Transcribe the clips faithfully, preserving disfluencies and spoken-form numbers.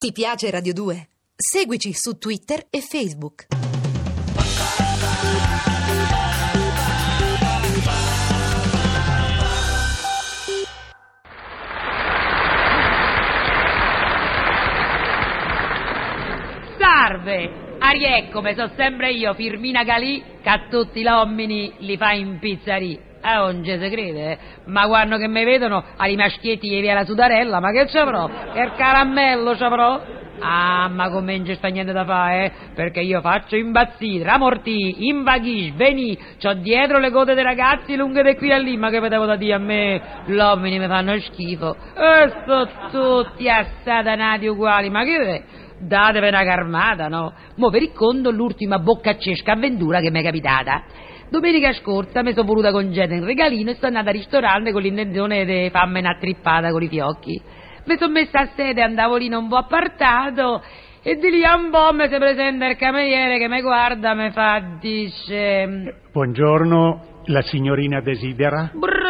Ti piace Radio due? Seguici su Twitter e Facebook. Salve! Arieccomi, so sempre io, Firmina Calì, che a tutti gli uomini li fa in pizzeria. Ah, non ci si crede, eh? Ma quando che mi vedono, ai maschietti gli via la sudarella, ma che c'avrò? Che caramello c'avrò? Ah, ma come non c'è niente da fare, eh? Perché io faccio impazzire, ramortì, invaghi, veni, c'ho dietro le code dei ragazzi lunghe di qui a lì, ma che potevo da dire a me? Gli uomini mi fanno schifo. E sto tutti assatanati uguali, ma che è? Datevi una carmata, no? Mo per il conto l'ultima boccaccesca avventura che mi è capitata. Domenica scorsa mi sono voluta concedere un regalino e sono andata al ristorante con l'intenzione di farmi una trippata con i fiocchi. Mi sono messa a sede a un tavolino un po' appartato e di lì a un po' mi si presenta il cameriere che mi guarda e mi fa, dice... Buongiorno, la signorina desidera?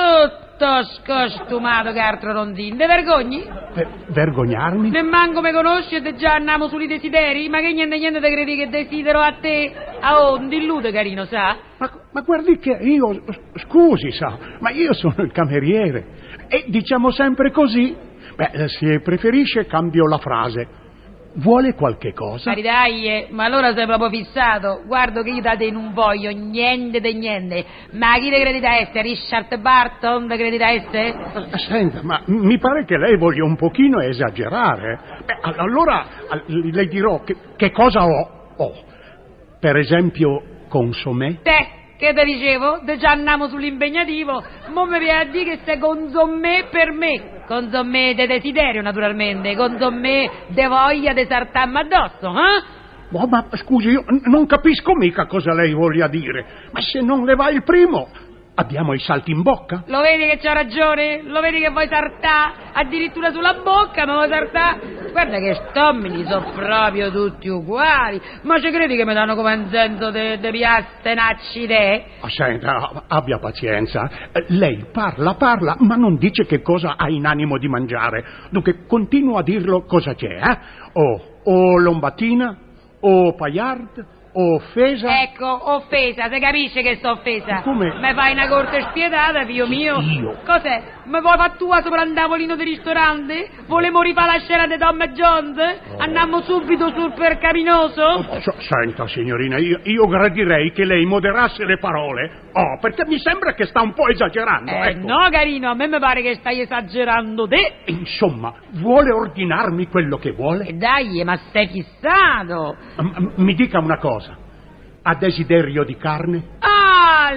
Brutto scostumato che altro non ti... Te vergogni? Eh, vergognarmi? Nemmanco mi conosci e già andiamo sui desideri? Ma che niente niente te credi che desidero a te? Ah, oh, non ti illude, carino, sa? Ma, ma guardi che io... Scusi, sa, ma io sono il cameriere e diciamo sempre così. Beh, se preferisce cambio la frase. Vuole qualche cosa? Caridai, ma allora sei proprio fissato. Guardo che io da te non voglio niente di niente. Ma chi te credi da essere? Richard Barton te credi da essere? Senta, ma mi pare che lei voglia un pochino esagerare. Beh, allora le dirò che, che cosa ho. Ho, per esempio, consommé. Te, che te dicevo? Te già andiamo sull'impegnativo. Mo mi viene a dire che sei consommé per me. Consommé de desiderio, naturalmente. Consommé de voglia de sartamma addosso, eh? Oh, ma scusi, io non capisco mica cosa lei voglia dire. Ma se non le va il primo, abbiamo i salti in bocca? Lo vedi che c'ho ragione? Lo vedi che vuoi sartà? Addirittura sulla bocca, ma vuoi sartà? Guarda che stommini sono proprio tutti uguali. Ma ci credi che mi danno come un senso di piaste nacide? Ah, senta, abbia pazienza. Lei parla, parla, ma non dice che cosa ha in animo di mangiare. Dunque, continuo a dirlo cosa c'è, eh? O, o lombatina, o paillard, o offesa. Ecco, offesa, si capisce che sto offesa. Come? Mi fai una corte spietata, figlio mio. Io? Cos'è? Mi vuoi far tua sopra un tavolino di ristorante? Volemo rifare la scena di Tom Jones? Oh. Andiamo subito sul percaminoso? Oh, senta, signorina, io, io gradirei che lei moderasse le parole. Oh, perché mi sembra che sta un po' esagerando. Eh, ecco. No, carino, a me mi pare che stai esagerando te. Insomma, vuole ordinarmi quello che vuole? E dai, ma sei fissato. M- mi dica una cosa. Ha desiderio di carne? Ah,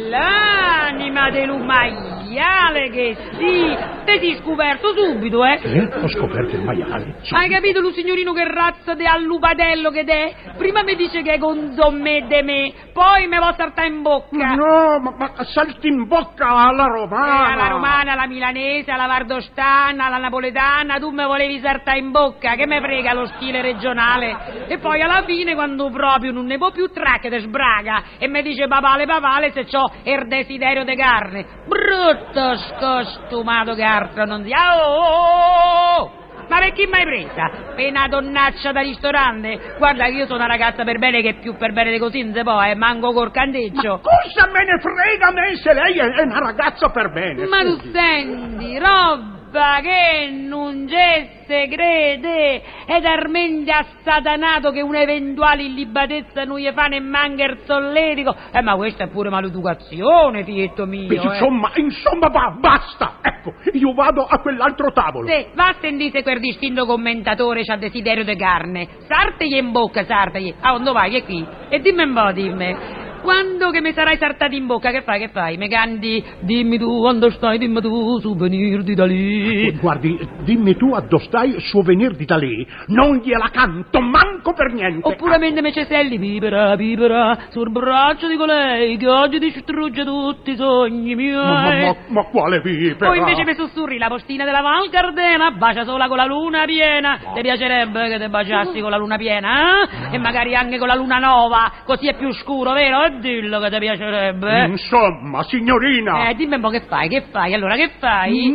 l'anima del maiale che sì! Te ti scoperto subito, eh? Eh? Ho scoperto il maiale. Sì. Hai capito, lu signorino, che razza di allupatello che è? Prima mi dice che è consommé de me, poi me va saltare in bocca. No, ma, ma salti in bocca alla romana. Eh, alla romana, alla milanese, alla vardostana, alla napoletana, tu me volevi saltare in bocca, che me frega lo stile regionale. E poi alla fine, quando proprio non ne può più tra che te sbraga e mi dice papale papale se c'ho il desiderio di carne. Brutto scostumato che altro non sia. Oh, oh, oh. Ma per chi mai presa? Per una donnaccia da ristorante? Guarda che io sono una ragazza per bene che più per bene di così non si può, eh, manco col candeggio. Ma cosa me ne frega a me se lei è una ragazza per bene? Ma scusi. tu senti, roba che non c'è se crede ed armente assatanato che un'eventuale illibatezza non gli fa ne manca il solletico. Eh, ma questa è pure maleducazione, figlietto mio. Beh, insomma, eh. insomma, va, basta. Ecco, io vado a quell'altro tavolo. Sì, va a sentire quel distinto commentatore c'ha desiderio di carne. Sartegli in bocca, sartegli. Ah, dove vai? Che è qui? E dimmi un po', dimmi. Quando che mi sarai sartato in bocca, che fai, che fai? Mi canti, dimmi tu quando stai, dimmi tu, souvenir di Dalì. Guardi, dimmi tu a dove stai, souvenir di Dalì. Non gliela canto, manco per niente. Oppure mentre me ceselli, pipera, pipera, sul braccio di colei che oggi distrugge tutti i sogni miei. Ma, ma, ma, ma quale pipera? Poi invece mi sussurri la postina della Val Gardena, bacia sola con la luna piena. Ti piacerebbe che te baciassi con la luna piena, eh? E magari anche con la luna nuova, così è più scuro, vero? Dillo che ti piacerebbe. Insomma, signorina. Eh, dimmi un po' che fai, che fai, allora che fai? Niente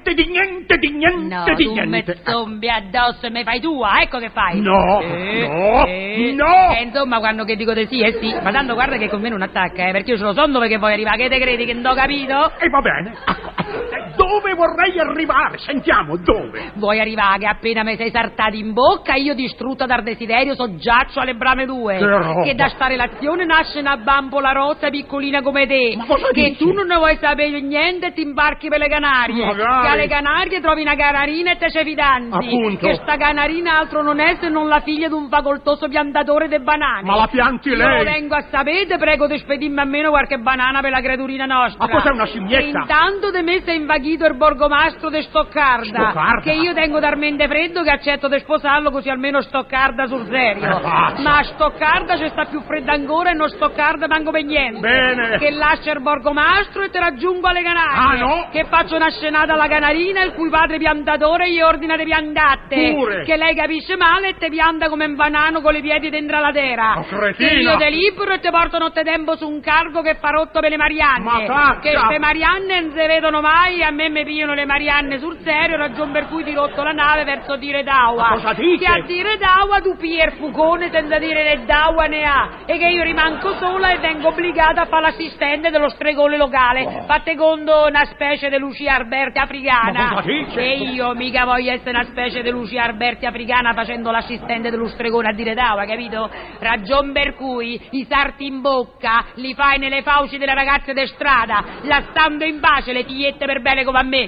niente, di niente, di niente, No, di tu niente. mi zombi addosso e mi fai tua, ecco che fai. No, Eh, no, eh. no. E insomma, quando che dico di sì, eh sì, ma tanto guarda che con me non attacca, eh, perché io ce lo so dove che vuoi arrivare, che te credi che non ho capito? E va bene. Ecco, dove vorrei arrivare? Sentiamo, dove? Vuoi arrivare che appena mi sei saltati in bocca, io distrutta dal desiderio soggiaccio alle brame tue. Che roba. Che da sta relazione nasce una bambola rossa piccolina come te. Ma cosa che dici? tu non ne vuoi sapere niente e ti imbarchi per le Canarie. Magari. Che alle Canarie trovi una canarina e te ci fidanzi. Appunto. Che sta canarina altro non è se non la figlia di un facoltoso piantatore de banane. Ma la pianti Io lei? lo vengo a sapere, te prego di spedirmi almeno qualche banana per la creaturina nostra. Ma cos'è una scimmietta? E intanto de me si è invaghito il borgomastro de Stoccarda. Stoccarda? Che io tengo talmente freddo che accetto di sposarlo così almeno Stoccarda sul serio. Eh, faccia. Ma a Stoccarda ci sta più fredda ancora e non Stoccarda manco per niente. Bene. Che lascia il borgomastro e te raggiungo alle Canarie. Ah, no? Che faccio una scenata alla canarina il cui padre piantatore gli ordina di piantatte. Pure. Che lei capisce male e te pianta come un banano con le piedi dentro la terra. Ma cretina. Che io te libero e te porto nottetempo su un cargo che fa rotto per le Marianne. Ma faccia. Che ste Marianne non si vedono mai, a me mi pigliano le Marianne sul serio, ragion per cui ti rotto la nave verso dire d'Aua. Ma cosa dice? Che a dire d'Aua tu pigli il fucone senza dire né d'Aua né A, e che io rimango sola e vengo obbligata a fare l'assistente dello stregone locale. Oh. Fate conto una specie di Lucia Alberti africana. Ma cosa dice? E io mica voglio essere una specie di Lucia Alberti africana facendo l'assistente dello stregone a dire d'Aua, capito? Ragion per cui i sarti in bocca li fai nelle fauci delle ragazze de strada, lasciando in pace le figliette per bene come a me.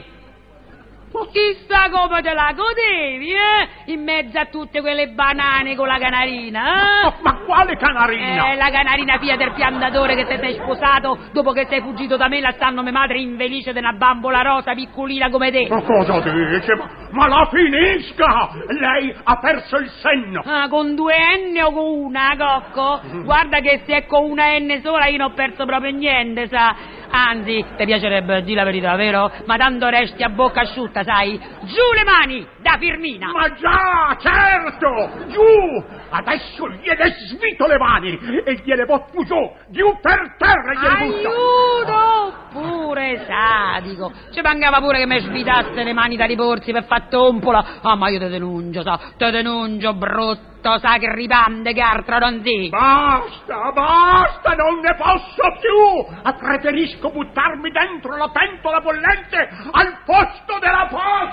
Chissà come te la godevi, eh? In mezzo a tutte quelle banane con la canarina, eh? Ma, ma quale canarina? Eh, la canarina figlia del piantatore che te sei sposato dopo che sei fuggito da me lasciando mia madre infelice di una bambola rosa piccolina come te. Ma cosa dice? Ma, ma la finisca! Lei ha perso il senno! Ah, con due N o con una, Cocco? Guarda che se è con una N sola io non ho perso proprio niente, sa? Anzi, ti piacerebbe, di la verità, vero? Ma tanto resti a bocca asciutta, sai? Giù le mani, da Firmina! Ma già, certo! Giù! Adesso gliene svito le mani e gliele botto giù, giù per terra e gliele butto! Aiuto! Pure sadico! Ci mancava pure che mi svitasse le mani da riporsi per far tompola. Ah, ma io te denuncio, sa? Te denuncio, brutto! Sacripante che altro non si. Basta, basta, non ne posso più! Preferisco buttarmi dentro la pentola bollente al posto della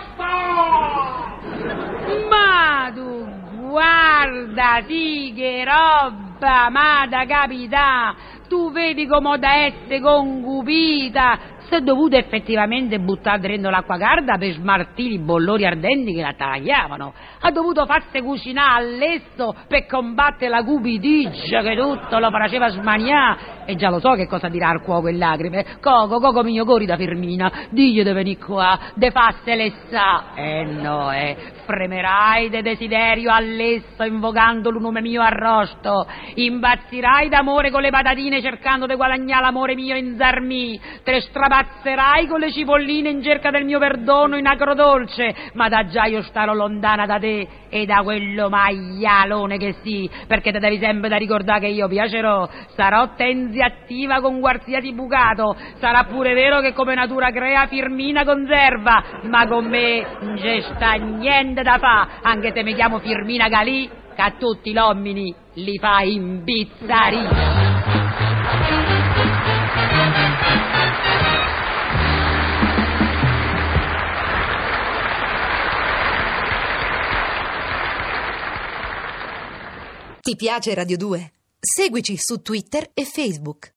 posta! Ma tu guarda, sì, che roba, ma da capità! Tu vedi come da essere concupita! Si è dovuto effettivamente buttare dentro l'acqua calda per smaltire i bollori ardenti che la tagliavano. Ha dovuto farsi cucinare all'esso per combattere la cupidigia che tutto lo faceva smaniare. E già lo so che cosa dirà al cuoco e lacrime. Coco, coco mio cori da Firmina, digli di venire qua, de farsele sa. Eh no, eh, fremerai de desiderio all'esso invocando il nome mio arrosto. Imbazzirai d'amore con le patatine cercando di guadagnare l'amore mio in zarmì. Te strapazzerai con le cipolline in cerca del mio perdono in agrodolce. Ma da già io starò lontana da te e da quello maialone che sì, perché te devi sempre da ricordare che io piacerò, sarò tenziattiva con qualsiasi bucato, sarà pure vero che come natura crea Firmina conserva, ma con me non c'è sta niente da fa, anche se mi chiamo Firmina Galì, che a tutti gli uomini li fa imbizzarire. Ti piace Radio due? Seguici su Twitter e Facebook.